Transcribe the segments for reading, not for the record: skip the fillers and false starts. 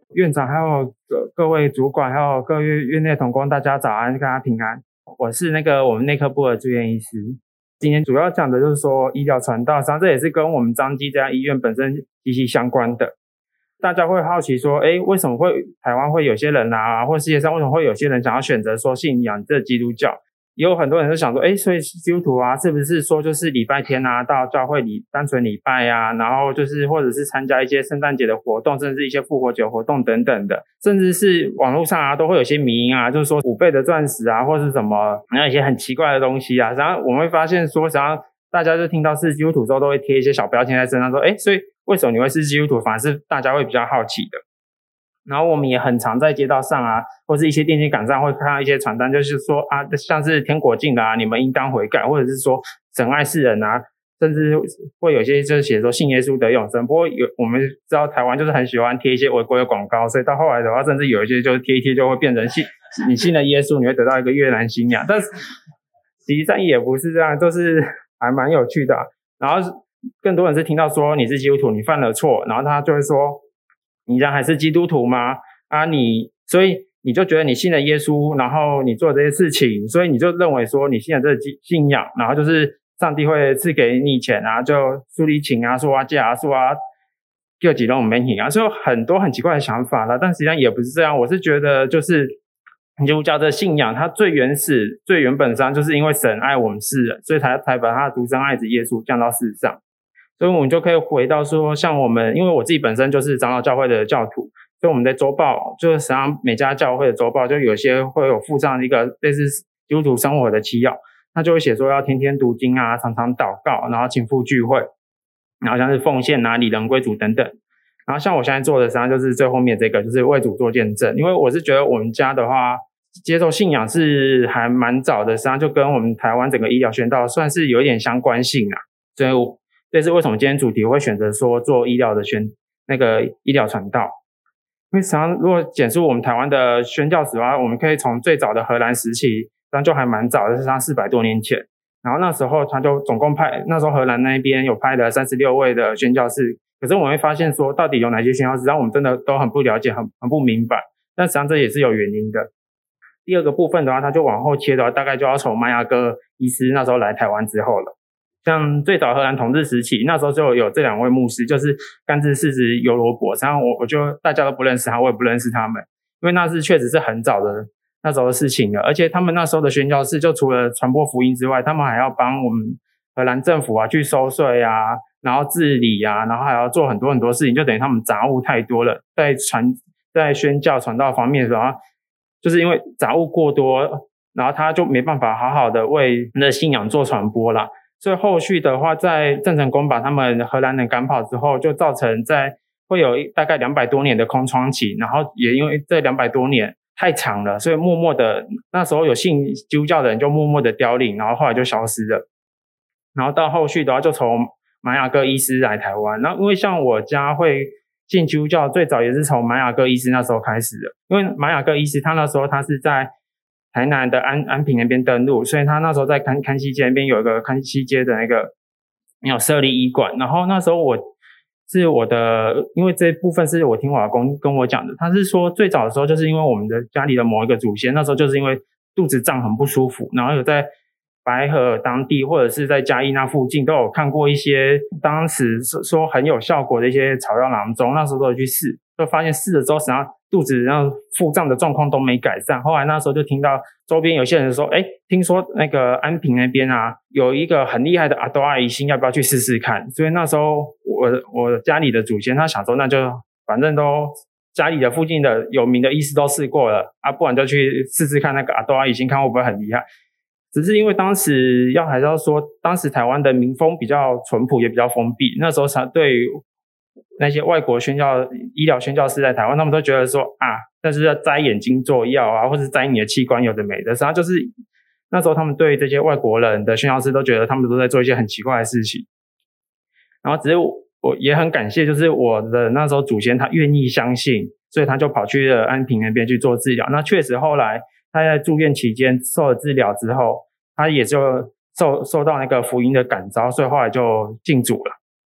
院长还有各位主管还有各位院内同工，大家早安，大家平安。我是我们内科部的住院医师。今天主要讲的就是说医疗传道，实际上这也是跟我们彰基这家医院本身息息相关的。大家会好奇说，为什么会台湾会有些人啊，或世界上为什么会有些人想要选择说信仰这基督教？也有很多人就想说，所以基督徒啊，是不是说就是礼拜天啊，到教会里单纯礼拜啊，然后就是或者是参加一些圣诞节的活动，甚至一些复活节活动等等的，甚至是网络上啊，都会有些迷因啊，就是说5倍的钻石啊，或是什么，然后一些很奇怪的东西啊，然后我们会发现说，然后大家就听到是基督徒之后，都会贴一些小标签在身上，说，所以为什么你会是基督徒？反而是大家会比较好奇的。然后我们也很常在街道上啊，或是一些电线杆上会看到一些传单，就是说啊，像是天国近了啊，你们应当悔改，或者是说神爱世人啊，甚至会有些就是写说信耶稣得永生。不过我们知道台湾就是很喜欢贴一些违规的广告，所以到后来的话，甚至有一些就是贴一贴就会变成你信了耶稣，你会得到一个越南新娘。但是实际上也不是这样，就是还蛮有趣的啊。然后更多人是听到说你是基督徒，你犯了错，然后他就会说，你这样还是基督徒吗？所以你就觉得你信了耶稣，然后你做这些事情，所以你就认为说你信了这个信仰，然后就是上帝会赐给你钱啊，就苏里请啊，说啊嫁啊，说啊叫几种门行啊，所以有很多很奇怪的想法啦。但实际上也不是这样，我是觉得就是基督教的信仰，它最原始、最原本上就是因为神爱我们世人，所以才把他的独生爱子耶稣降到世上。所以我们就可以回到说，像我们，因为我自己本身就是长老教会的教徒，所以我们的周报，就是实际上每家教会的周报，就有些会有附上一个类似基督徒生活的纪要，那就会写说要天天读经啊，常常祷告，然后勤赴聚会，然后像是奉献啊、理人归主等等。然后像我现在做的实际上就是最后面这个，就是为主做见证。因为我是觉得我们家的话，接受信仰是还蛮早的，实际上就跟我们台湾整个医疗宣道算是有一点相关性啊，所以这是为什么今天主题我会选择说做医疗的医疗传道。因为实际上如果简述我们台湾的宣教史的话，我们可以从最早的荷兰时期，那就还蛮早的，是像400多年前。然后那时候他就总共那时候荷兰那边有派了36位的宣教士。可是我们会发现说，到底有哪些宣教士，让我们真的都很不了解，很不明白。但实际上这也是有原因的。第二个部分的话，他就往后切的话，大概就要从马雅各医师那时候来台湾之后了。像最早荷兰统治时期，那时候就有这2位牧师，就是甘治世子尤罗伯，然后我就大家都不认识他，我也不认识他们，因为那是确实是很早的那时候的事情了。而且他们那时候的宣教士，就除了传播福音之外，他们还要帮我们荷兰政府啊去收税啊，然后治理啊，然后还要做很多很多事情，就等于他们杂务太多了，在宣教传道方面，然后就是因为杂务过多，然后他就没办法好好的为人的信仰做传播啦。所以后续的话，在郑成功把他们荷兰人赶跑之后，就造成会有大概200多年的空窗期，然后也因为这200多年太长了，所以默默的那时候有信基督教的人就默默的凋零，然后后来就消失了。然后到后续的话，就从马雅各医师来台湾。然后因为像我家会信基督教，最早也是从马雅各医师那时候开始的，因为马雅各医师他那时候他是在台南的安平那边登陆，所以他那时候在康熙街那边有一个康熙街的有设立医馆。然后那时候因为这部分是我听我阿公跟我讲的，他是说最早的时候就是因为我们的家里的某一个祖先那时候就是因为肚子胀很不舒服，然后有在白河当地或者是在嘉义那附近都有看过一些当时说很有效果的一些草药郎中，那时候都有去试，就发现试了之后实际上肚子腹胀的状况都没改善。后来那时候就听到周边有些人说，听说那个安平那边啊有一个很厉害的阿多阿姨星，要不要去试试看？所以那时候我家里的祖先他想说，那就反正都家里的附近的有名的医师都试过了啊，不然就去试试看那个阿多阿姨星，看会不会很厉害。只是因为当时还是要说，当时台湾的民风比较淳朴，也比较封闭，那时候对于那些外国医疗宣教师在台湾，他们都觉得说那是要摘眼睛做药啊，或是摘你的器官有的没的。实际上就是那时候他们对这些外国人的宣教师都觉得他们都在做一些很奇怪的事情。然后只是我也很感谢，就是我的那时候祖先他愿意相信，所以他就跑去了安平那边去做治疗。那确实后来他在住院期间受了治疗之后，他也就受到那个福音的感召，所以后来就信主了。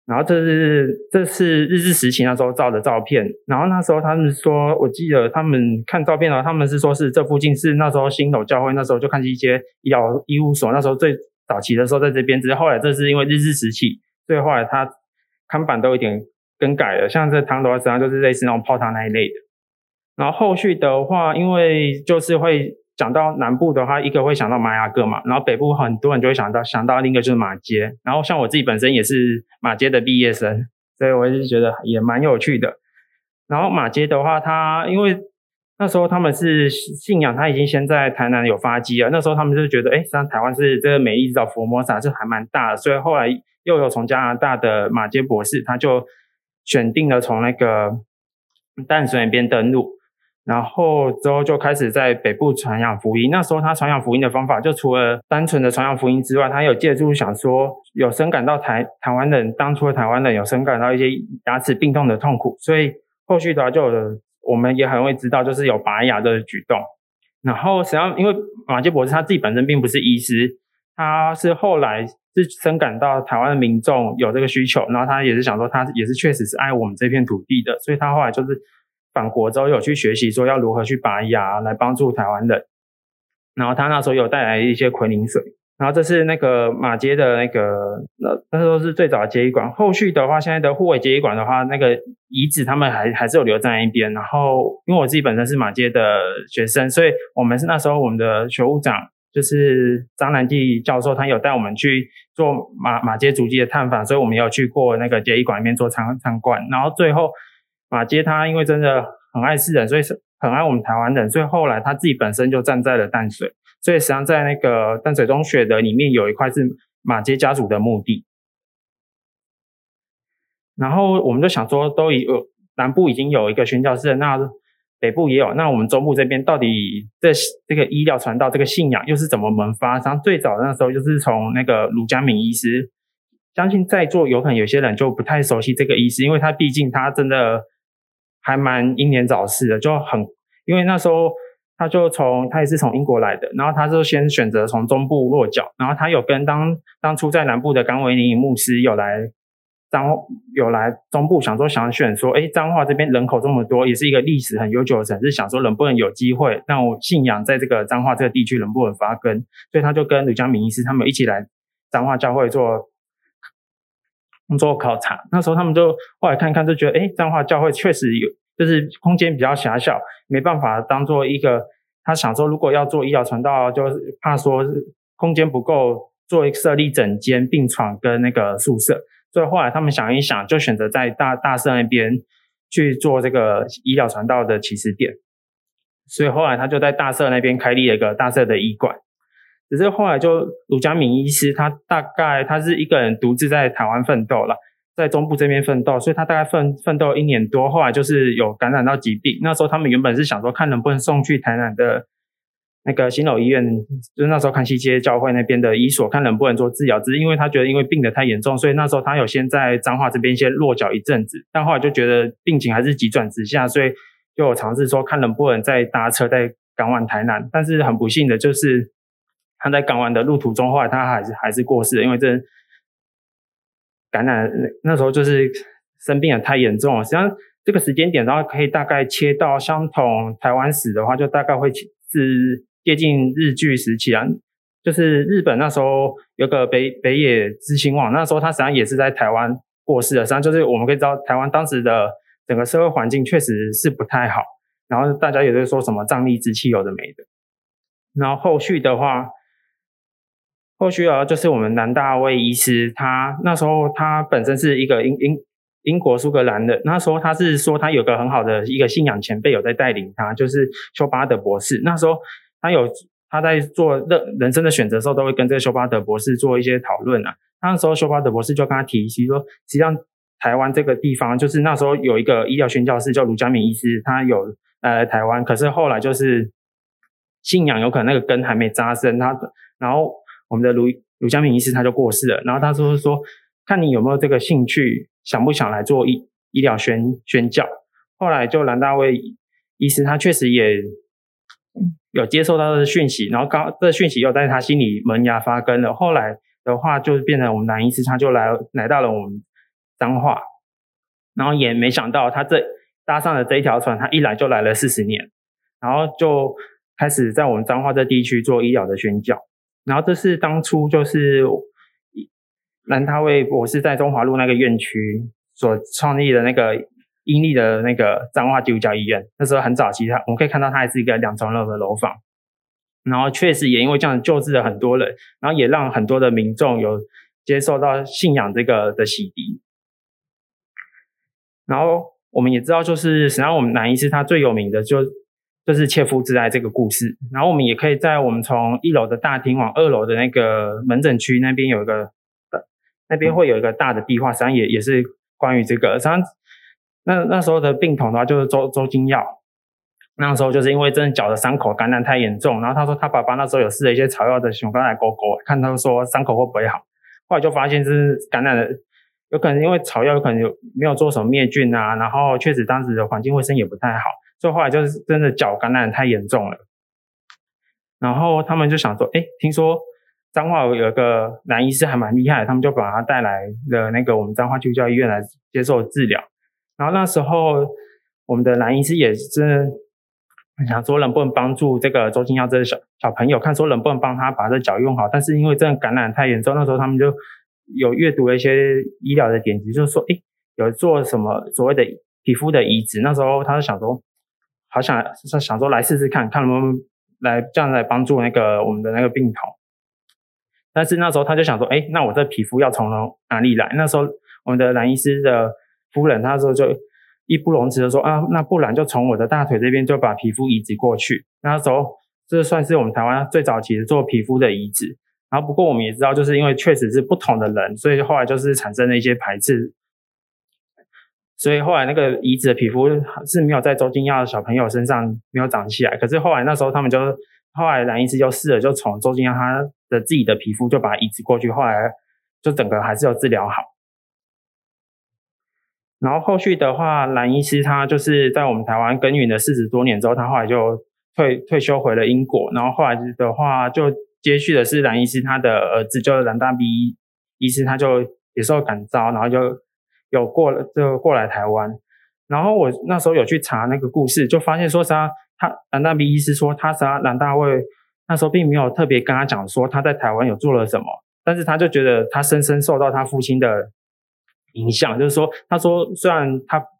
然后这是日治时期那时候照的照片，然后那时候他们说，我记得他们看照片的话，他们是说是这附近是那时候新楼教会那时候就看一些医务所，那时候最早期的时候在这边，只是后来这是因为日治时期，所以后来它看板都有点更改了，像这汤的话实际上就是类似那种泡汤那一类的。然后后续的话，因为就是会讲到南部的话，一个会想到马雅各嘛，然后北部很多人就会想到另一个就是马街，然后像我自己本身也是马街的毕业生，所以我也是觉得也蛮有趣的。然后马街的话，它因为那时候他们是信仰，他已经先在台南有发迹了，那时候他们就觉得实际上台湾是这个美丽之岛佛摩萨是还蛮大的，所以后来又有从加拿大的马街博士，他就选定了从那个淡水那边登陆，然后之后就开始在北部传扬福音。那时候他传扬福音的方法，就除了单纯的传扬福音之外，他有借助想说有深感到台湾人当初的台湾人有深感到一些牙齿病痛的痛苦，所以后续的话就有我们也很会知道就是有拔牙的举动。然后实际上因为马街博士他自己本身并不是医师，他是后来是深感到台湾的民众有这个需求，然后他也是想说他也是确实是爱我们这片土地的，所以他后来就是返国之后有去学习说要如何去拔牙来帮助台湾人，然后他那时候有带来一些奎宁水，然后这是那个马街的那时候是最早的街医馆。后续的话现在的护卫街医馆的话，那个遗址他们还是有留在那边。然后因为我自己本身是马街的学生，所以我们是那时候我们的学务长就是张南纪教授，他有带我们去做马街足迹的探访，所以我们有去过那个街医馆里面做参观。然后最后马街他因为真的很爱世人，所以很爱我们台湾人，所以后来他自己本身就站在了淡水，所以实际上在那个淡水中学的里面有一块是马街家族的墓地。然后我们就想说南部已经有一个宣教士，那北部也有，那我们中部这边到底这个医疗传道这个信仰又是怎么萌发？然后最早的那时候就是从那个卢家明医师，相信在座有可能有些人就不太熟悉这个医师，因为他毕竟他真的还蛮英年早逝的，因为那时候他也是从英国来的，然后他就先选择从中部落脚，然后他有跟当初在南部的甘维尼牧师有来中部想选说彰化这边人口这么多，也是一个历史很悠久的城市，想说能不能有机会让我信仰在这个彰化这个地区能不能发根，所以他就跟吕江明医师他们一起来彰化教会做考察。那时候他们就后来看看就觉得彰化教会确实有就是空间比较狭小，没办法当做一个，他想说如果要做医疗传道，就是怕说空间不够设立整间病床跟那个宿舍，所以后来他们想一想就选择在大社那边去做这个医疗传道的起始点，所以后来他就在大社那边开立了一个大社的医馆。只是后来就卢家明医师他是一个人独自在台湾奋斗啦，在中部这边奋斗，所以他大概奋斗1年多，后来就是有感染到疾病。那时候他们原本是想说看能不能送去台南的那个新楼医院，就是那时候康熙街教会那边的医所，看能不能做治疗，只是因为他觉得因为病得太严重，所以那时候他有先在彰化这边先落脚一阵子，但后来就觉得病情还是急转直下，所以就有尝试说看能不能再搭车再赶往台南。但是很不幸的就是他在赶往的路途中，后来他还是过世了，因为这感染那时候就是生病得太严重了。实际上这个时间点，然后可以大概切到相同台湾史的话，就大概会是接近日据时期啊，就是日本那时候有个北野知亲王，那时候他实际上也是在台湾过世的。实际上就是我们可以知道台湾当时的整个社会环境确实是不太好，然后大家也在说什么瘴疠之气有的没的。然后后续就是我们南大卫医师，他那时候他本身是一个英国苏格兰的，那时候他是说他有个很好的一个信仰前辈有在带领他，就是休巴德博士。那时候他在做人生的选择的时候，都会跟这个休巴德博士做一些讨论啊。那时候休巴德博士就跟他提起说，实际上台湾这个地方，就是那时候有一个医疗宣教士叫卢家明医师，他有台湾，可是后来就是信仰有可能那个根还没扎深，然后我们的卢家明医师他就过世了，然后他说看你有没有这个兴趣，想不想来做医疗宣教。后来就蓝大卫医师他确实也有接受到的讯息，然后这个讯息又在他心里萌芽发根了。后来的话就变成我们蓝医师他就来到了我们彰化，然后也没想到他搭上了这一条船，他一来就来了40年，然后就开始在我们彰化这地区做医疗的宣教。然后这是当初就是兰大卫博士在中华路那个院区所创立的那个英立的那个彰化基督教医院，那时候很早期我们可以看到它还是一个2层楼的楼房，然后确实也因为这样救治了很多人，然后也让很多的民众有接受到信仰这个的洗涤。然后我们也知道，就是实际上我们南医师他最有名的就是切肤之爱这个故事。然后我们也可以在我们从1楼的大厅往2楼的那个门诊区那边那边会有一个大的壁画，实际上也是关于这个。实际上那时候的病童的话就是周金耀，那时候就是因为真的脚的伤口感染太严重，然后他说他爸爸那时候有试了一些草药的熊肝来勾，看他说伤口会不会好，后来就发现是感染了，有可能因为草药有可能没有做什么灭菌啊，然后确实当时的环境卫生也不太好，所以后来就是真的脚感染太严重了。然后他们就想说听说彰化有一个男医师还蛮厉害的，他们就把他带来了那个我们彰化基督教医院来接受治疗。然后那时候我们的男医师也真的想说能不能帮助这个周金耀这个小朋友，看说能不能帮他把这脚用好，但是因为真的感染太严重，那时候他们就有阅读了一些医疗的典籍，就是说有做什么所谓的皮肤的移植，那时候他就想说好想说来试试看能不能这样来帮助那个我们的那个病童。但是那时候他就想说那我这皮肤要从哪里来，那时候我们的蓝医师的夫人那时候就义不容辞的说那不然就从我的大腿这边就把皮肤移植过去。那时候这算是我们台湾最早期的做皮肤的移植。然后不过我们也知道，就是因为确实是不同的人，所以后来就是产生了一些排斥，所以后来那个移植的皮肤是没有在周金耀的小朋友身上没有长起来。可是后来那时候他们后来蓝医师就试了，就从周金耀他的自己的皮肤就把它移植过去，后来就整个还是有治疗好。然后后续的话，蓝医师他就是在我们台湾耕耘了40多年之后，他后来就退休回了英国。然后后来的话就接续的是蓝医师他的儿子，就是蓝大 B 医师，他就也受感召，然后就过来台湾。然后我那时候有去查那个故事，就发现说蓝大 B 医师说蓝大卫那时候并没有特别跟他讲说他在台湾有做了什么，但是他就觉得他深深受到他父亲的影响，就是说他说虽然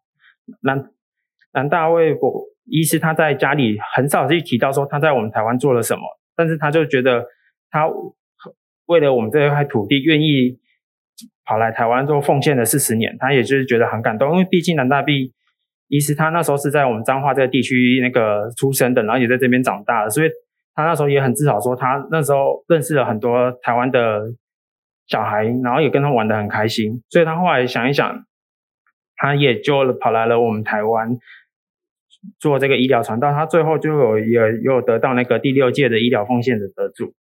蓝大卫医师他在家里很少去提到说他在我们台湾做了什么，但是他就觉得他为了我们这块土地愿意跑来台湾做奉献了40年，他也就是觉得很感动。因为毕竟蓝大 B 医师他那时候是在我们彰化这个地区那个出生的，然后也在这边长大的，所以他那时候也很自豪说他那时候认识了很多台湾的小孩，然后也跟他玩得很开心。所以他后来想一想，他也就跑来了我们台湾做这个医疗传道，他最后就有得到那个第6届的医疗奉献的得主。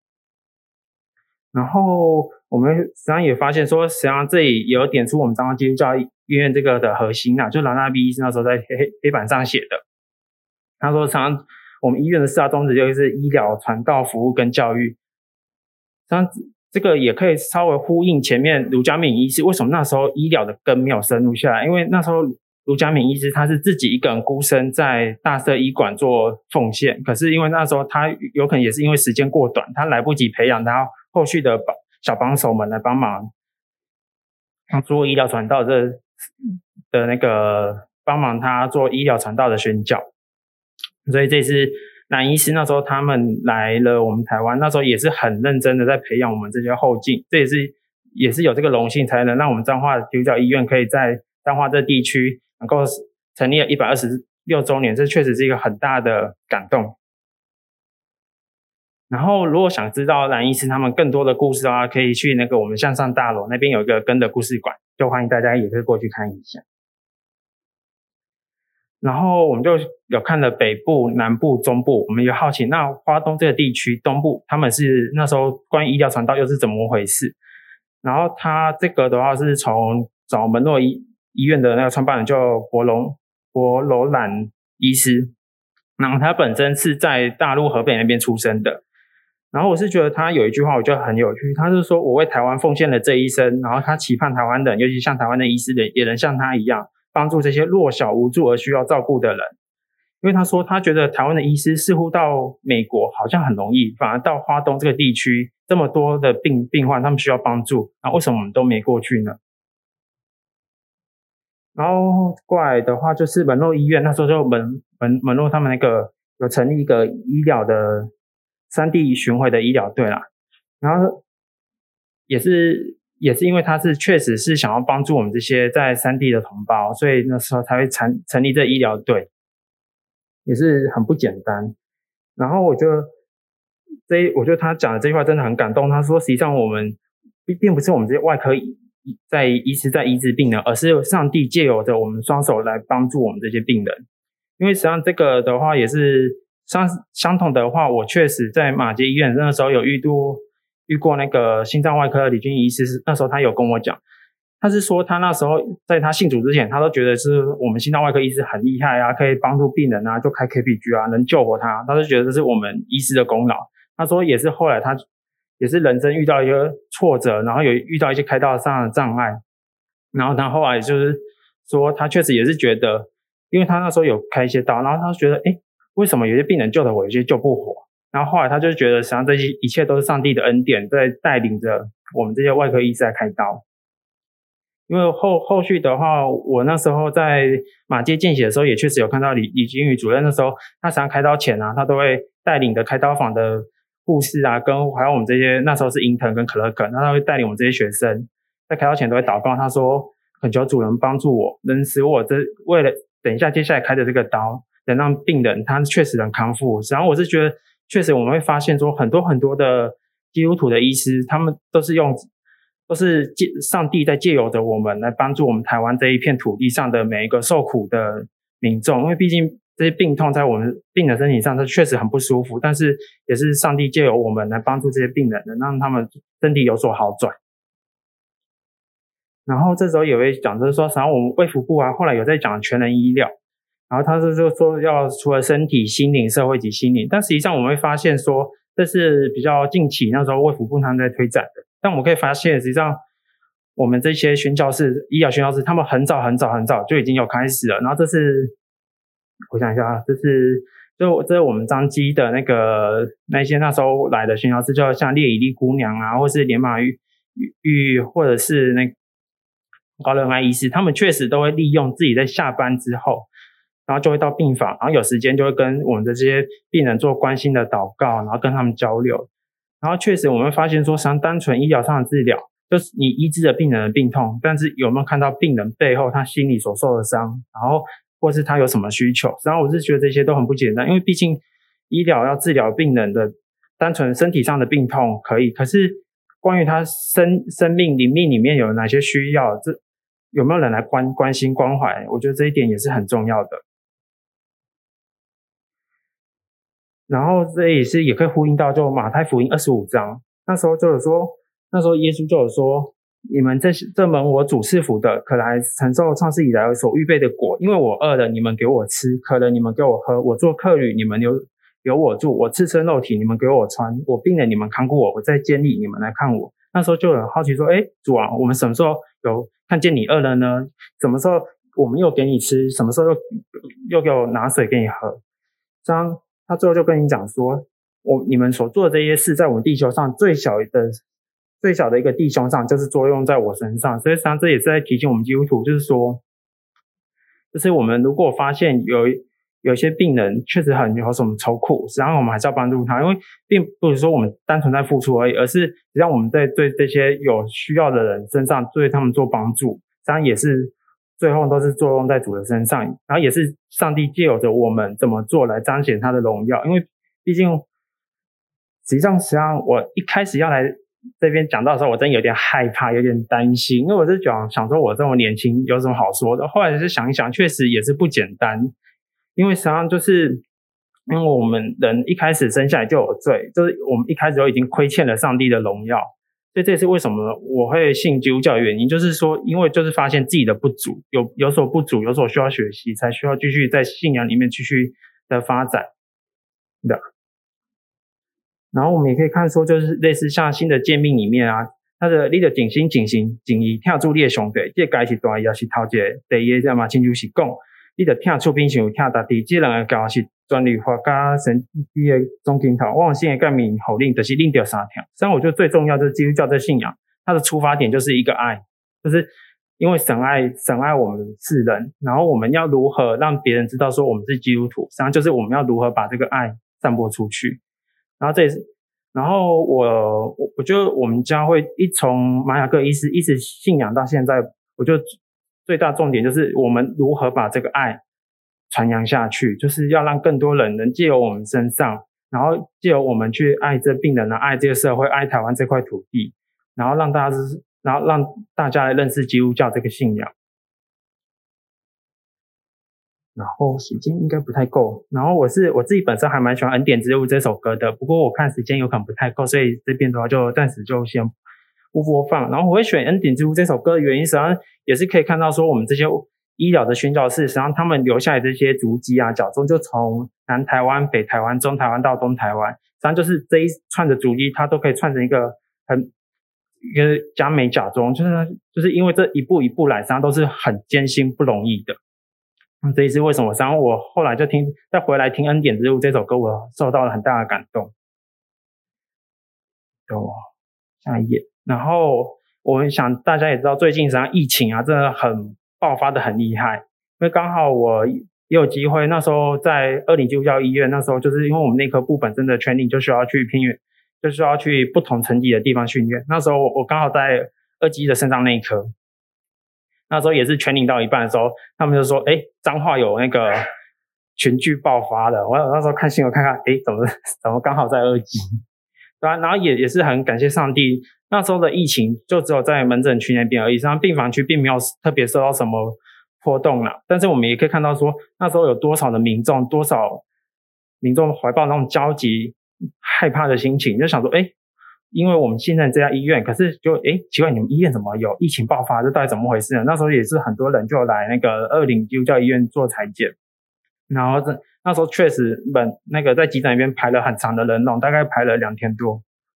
然后我们实际上也发现说，实际上这里也有点出我们彰化基督教医院这个的核心就蓝大 B 医师那时候在黑板上写的。他说常常我们医院的4大宗旨就是医疗、传道、服务跟教育。实际上这个也可以稍微呼应前面卢家敏医师为什么那时候医疗的根没有深入下来，因为那时候卢家敏医师他是自己一个人孤身在大社医馆做奉献，可是因为那时候他有可能也是因为时间过短，他来不及培养他后续的小帮手们来帮忙做医疗传道的那个帮忙他做医疗传道的宣教。所以这是蓝医师那时候他们来了我们台湾，那时候也是很认真的在培养我们这些后进，这也是有这个荣幸才能让我们彰化基督教医院可以在彰化这地区能够成立了126周年，这确实是一个很大的感动。然后如果想知道蓝医师他们更多的故事的话，可以去那个我们向上大楼那边有一个根的故事馆，就欢迎大家也可以过去看一下。然后我们就有看了北部、南部、中部，我们也好奇那花东这个地区东部他们是那时候关于医疗传道又是怎么回事。然后他这个的话是从找门诺医院的那个创办人叫博罗兰医师，然后他本身是在大陆河北那边出生的。 然后我是觉得他有一句话我觉得很有趣，他是说我为台湾奉献了这一生，然后他期盼台湾人，尤其像台湾的医师的也能像他一样帮助这些弱小无助而需要照顾的人。因为他说他觉得台湾的医师似乎到美国好像很容易，反而到花东这个地区这么多的病患他们需要帮助，那为什么我们都没过去呢？然后过来的话就是门洛医院，那时候就门洛他们那个有成立一个医疗的3地巡回的医疗队啦，然后也是因为他是确实是想要帮助我们这些在3地的同胞，所以那时候才会成立这医疗队，也是很不简单。然后我觉得他讲的这句话真的很感动，他说实际上我们并不是我们这些外科医师在医治病人，而是上帝借由着我们双手来帮助我们这些病人。因为实际上这个的话也是相同的话，我确实在马偕医院那时候有遇过那个心脏外科的李俊医师，那时候他有跟我讲，他是说他那时候在他信主之前，他都觉得是我们心脏外科医师很厉害啊，可以帮助病人啊，就开 KPG 啊，能救活他，他就觉得这是我们医师的功劳。他说也是后来他也是人生遇到一个挫折，然后有遇到一些开刀上的障碍，然后他后来就是说他确实也是觉得，因为他那时候有开一些刀，然后他就觉得为什么有些病人救得活，有些救不活，然后后来他就觉得实际上这些一切都是上帝的恩典在带领着我们这些外科医师来开刀。因为后续的话，我那时候在马偕见血的时候也确实有看到李金宇主任，那时候他常常开刀前啊，他都会带领的开刀房的护士啊，跟还有我们这些那时候是intern跟可乐肯，他会带领我们这些学生在开刀前都会祷告，他说恳求主人帮助我，能使我为了等一下接下来开的这个刀能让病人他确实能康复。然后我是觉得确实我们会发现说很多很多的基督徒的医师，他们都是上帝在借由着我们来帮助我们台湾这一片土地上的每一个受苦的民众，因为毕竟这些病痛在我们病人身体上它确实很不舒服，但是也是上帝借由我们来帮助这些病人的，让他们身体有所好转。然后这时候也会讲就是说，然后我们卫福部啊后来有在讲全人医疗，然后他就说要除了身体、心灵、社会及心灵，但实际上我们会发现说这是比较近期那时候卫福部他们在推展的，但我们可以发现实际上我们这些宣教士、医疗宣教士他们很早就已经有开始了。然后这是我想一下，这是我们彰基的那些那时候来的宣教士，就像列以利姑娘啊，或是连马玉或者是那高仁爱医师，他们确实都会利用自己在下班之后，然后就会到病房，然后有时间就会跟我们的这些病人做关心的祷告，然后跟他们交流。然后确实我们会发现说，像单纯医疗上的治疗就是你医治了病人的病痛，但是有没有看到病人背后他心里所受的伤，然后或是他有什么需求。然后我是觉得这些都很不简单，因为毕竟医疗要治疗病人的单纯身体上的病痛可以，可是关于他生命灵命里面有哪些需要，这有没有人来关心关怀，我觉得这一点也是很重要的。然后这也可以呼应到就马太福音25章，那时候耶稣就有说，你们这门我主赐福的，可来承受创世以来所预备的果，因为我饿了，你们给我吃；渴了，你们给我喝；我做客旅，你们留我住；我赤身露体，你们给我穿；我病了，你们看顾我；我在监里，你们来看我。那时候就很好奇说，主啊，我们什么时候有看见你饿了呢？什么时候我们又给你吃？什么时候又给我拿水给你喝？这样他最后就跟你讲说，你们所做的这些事，在我们地球上最小的一个弟兄上，就是作用在我身上。所以实际上这也是在提醒我们基督徒，就是说，就是我们如果发现有一些病人确实有什么愁苦，实际上我们还是要帮助他，因为并不是说我们单纯在付出而已，而是实际上我们在对这些有需要的人身上对他们做帮助，实际上也是最后都是作用在主的身上，然后也是上帝借由着我们怎么做来彰显他的荣耀。因为毕竟实际上我一开始要来这边讲到的时候，我真的有点害怕，有点担心，因为我是想说我这么年轻有什么好说的，后来是想一想确实也是不简单。因为实际上就是因为我们人一开始生下来就有罪，就是我们一开始就已经亏欠了上帝的荣耀，所以这也是为什么我会信基督教的原因，就是说因为就是发现自己的不足，有所不足，有所需要学习，才需要继续在信仰里面继续的发展的。 然后我们也可以看说，就是类似像新的诫命里面啊，它的你的警心警心警义听住你的上帝，这该是大意也是头一个第一个嘛，亲就是讲你的听出兵像听大地，这两个教是专利法加神的中间头，我信的盖名口令就是令到三条。所以我觉得最重要就是基督教这信仰，它的出发点就是一个爱，就是因为神爱我们世人，然后我们要如何让别人知道说我们是基督徒，实际上就是我们要如何把这个爱散播出去。然后这也是，然后我觉得我们教会从马雅各医师一直信仰到现在，我觉得最大重点就是我们如何把这个爱传扬下去，就是要让更多人能借由我们身上，然后借由我们去爱这病人，爱这个社会，爱台湾这块土地，然后让大家来认识基督教这个信仰。然后时间应该不太够，然后我自己本身还蛮喜欢《恩典之路》这首歌的，不过我看时间有可能不太够，所以这边的话就暂时就先不播放。然后我会选《恩典之路》这首歌的原因，实际上也是可以看到说我们这些医疗的宣教士，实际上他们留下来的这些足迹啊、脚踪，就从南台湾、北台湾、中台湾到东台湾，实际上就是这一串的足迹，它都可以串成一个佳美脚踪，就是因为这一步一步来，实际上都是很艰辛不容易的。这也是为什么，然后我后来就再回来听《恩典之路》这首歌，我受到了很大的感动。下一页。然后我想大家也知道，最近实际上疫情啊，真的很爆发的很厉害。因为刚好我也有机会，那时候在20基督教医院，那时候就是因为我们内科部本身的training就需要去偏远，就需要去不同层级的地方训练。那时候我刚好在2级的肾脏内科。那时候也是training到一半的时候，他们就说彰化有那个群聚爆发了。我那时候看新闻看看，怎么刚好在2级。对啊，然后也是很感谢上帝，那时候的疫情就只有在门诊区那边而已，实际上病房区并没有特别受到什么波动啦。但是我们也可以看到说，那时候有多少民众怀抱那种焦急害怕的心情，就想说因为我们信任这家医院，可是就奇怪，你们医院怎么有疫情爆发，这到底怎么回事呢？那时候也是很多人就来那个20基督教医院做采检，然后那时候确实那个在急诊那边排了很长的人龙，大概排了2天多。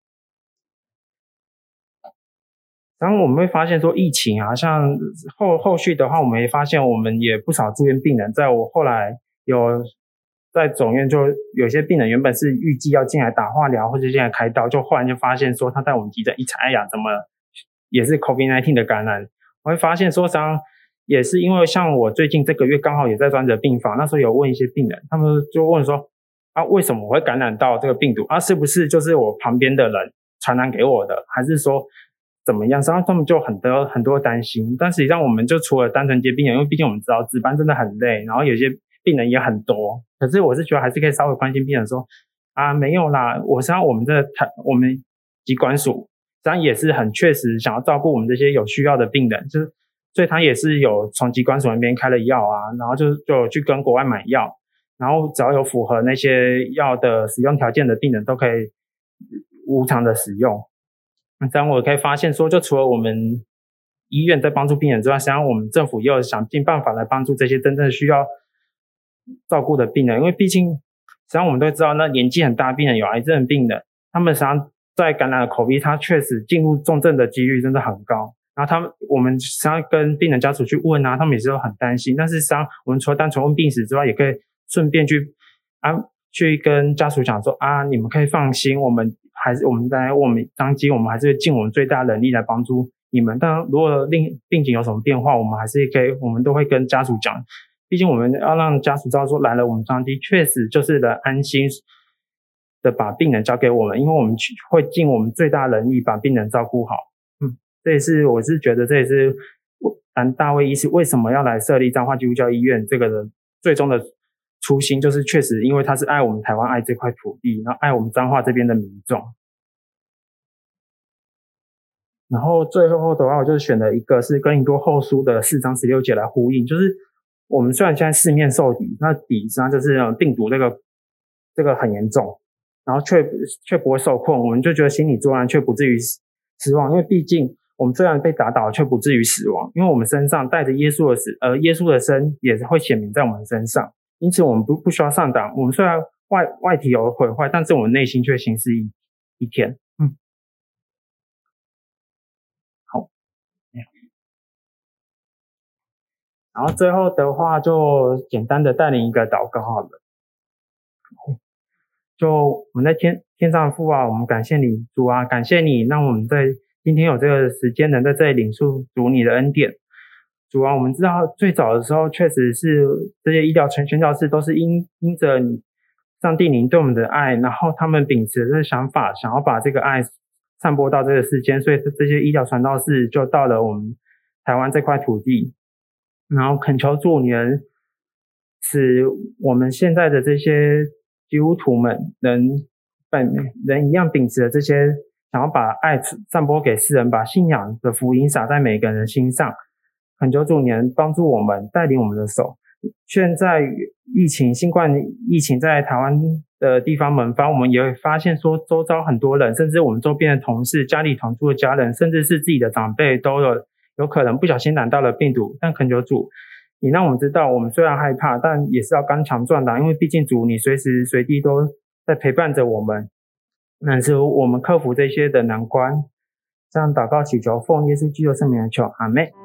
然后我们会发现说疫情啊，像后续的话，我们也发现我们也不少住院病人，在我后来在总院，就有些病人原本是预计要进来打化疗或者进来开刀，就后来就发现说他在我们急诊一查，怎么也是 COVID-19 的感染。我会发现说实际上也是因为像我最近这个月刚好也在专责病房，那时候有问一些病人，他们就问说为什么我会感染到这个病毒是不是就是我旁边的人传染给我的，还是说怎么样？然后他们就很多担心。但实际上我们就除了单纯接病人，因为毕竟我们知道值班真的很累，然后有些病人也很多，可是我是觉得还是可以稍微关心病人说没有啦，我实际上我们疾管署实际上也是很确实想要照顾我们这些有需要的病人，就是所以他也是有从疾管署那边开了药然后就去跟国外买药，然后只要有符合那些药的使用条件的病人都可以无偿的使用。这样我可以发现说，就除了我们医院在帮助病人之外，实际上我们政府也有想尽办法来帮助这些真正需要照顾的病人。因为毕竟实际上我们都知道，那年纪很大的病人，有癌症的病人，他们实际上在感染了 COVID， 他确实进入重症的几率真的很高。然后我们实际上跟病人家属去问他们也是很担心。但是实际上我们除了单纯问病史之外，也可以顺便去跟家属讲说你们可以放心，我们当机我们还是会尽我们最大的能力来帮助你们。但如果病情有什么变化，我们都会跟家属讲。毕竟我们要让家属知道说，来了我们当机确实就是能安心的把病人交给我们，因为我们会尽我们最大的能力把病人照顾好。我是觉得这也是大卫医师为什么要来设立彰化基督教医院这个的最终的初心，就是确实因为他是爱我们台湾，爱这块土地，然后爱我们彰化这边的民众。然后最后的话，我就选了一个是哥林多后书的4章16节来呼应，就是我们虽然现在四面受敌，那敌实际上就是病毒这个很严重，然后却不会受困，我们就觉得心理作安，却不至于失望。因为毕竟我们虽然被打倒，却不至于死亡，因为我们身上带着耶稣的死，而耶稣的生也会显明在我们身上。因此我们不需要上当，我们虽然外体有毁坏，但是我们内心却心思意。 一天。好，然后最后的话就简单的带领一个祷告好了。就我们在天上的父啊，我们感谢你主啊，感谢你让我们在今天有这个时间能在这里领受主你的恩典。主啊，我们知道最早的时候确实是这些医疗宣教士都是因着上帝您对我们的爱，然后他们秉持这个想法，想要把这个爱散播到这个世间，所以这些医疗传道士就到了我们台湾这块土地，然后恳求主你能使我们现在的这些基督徒们能一样秉持的这些想要把爱散播给世人，把信仰的福音撒在每个人的心上。恳求主你能帮助我们，带领我们的手。现在新冠疫情在台湾的地方萌发，我们也会发现说周遭很多人，甚至我们周边的同事、家里同住的家人，甚至是自己的长辈都有可能不小心染到了病毒。但恳求主你让我们知道，我们虽然害怕，但也是要刚强壮胆，因为毕竟主你随时随地都在陪伴着我们，能使我们克服这些的难关。这样祷告祈求，奉耶稣基督圣名来求，阿们。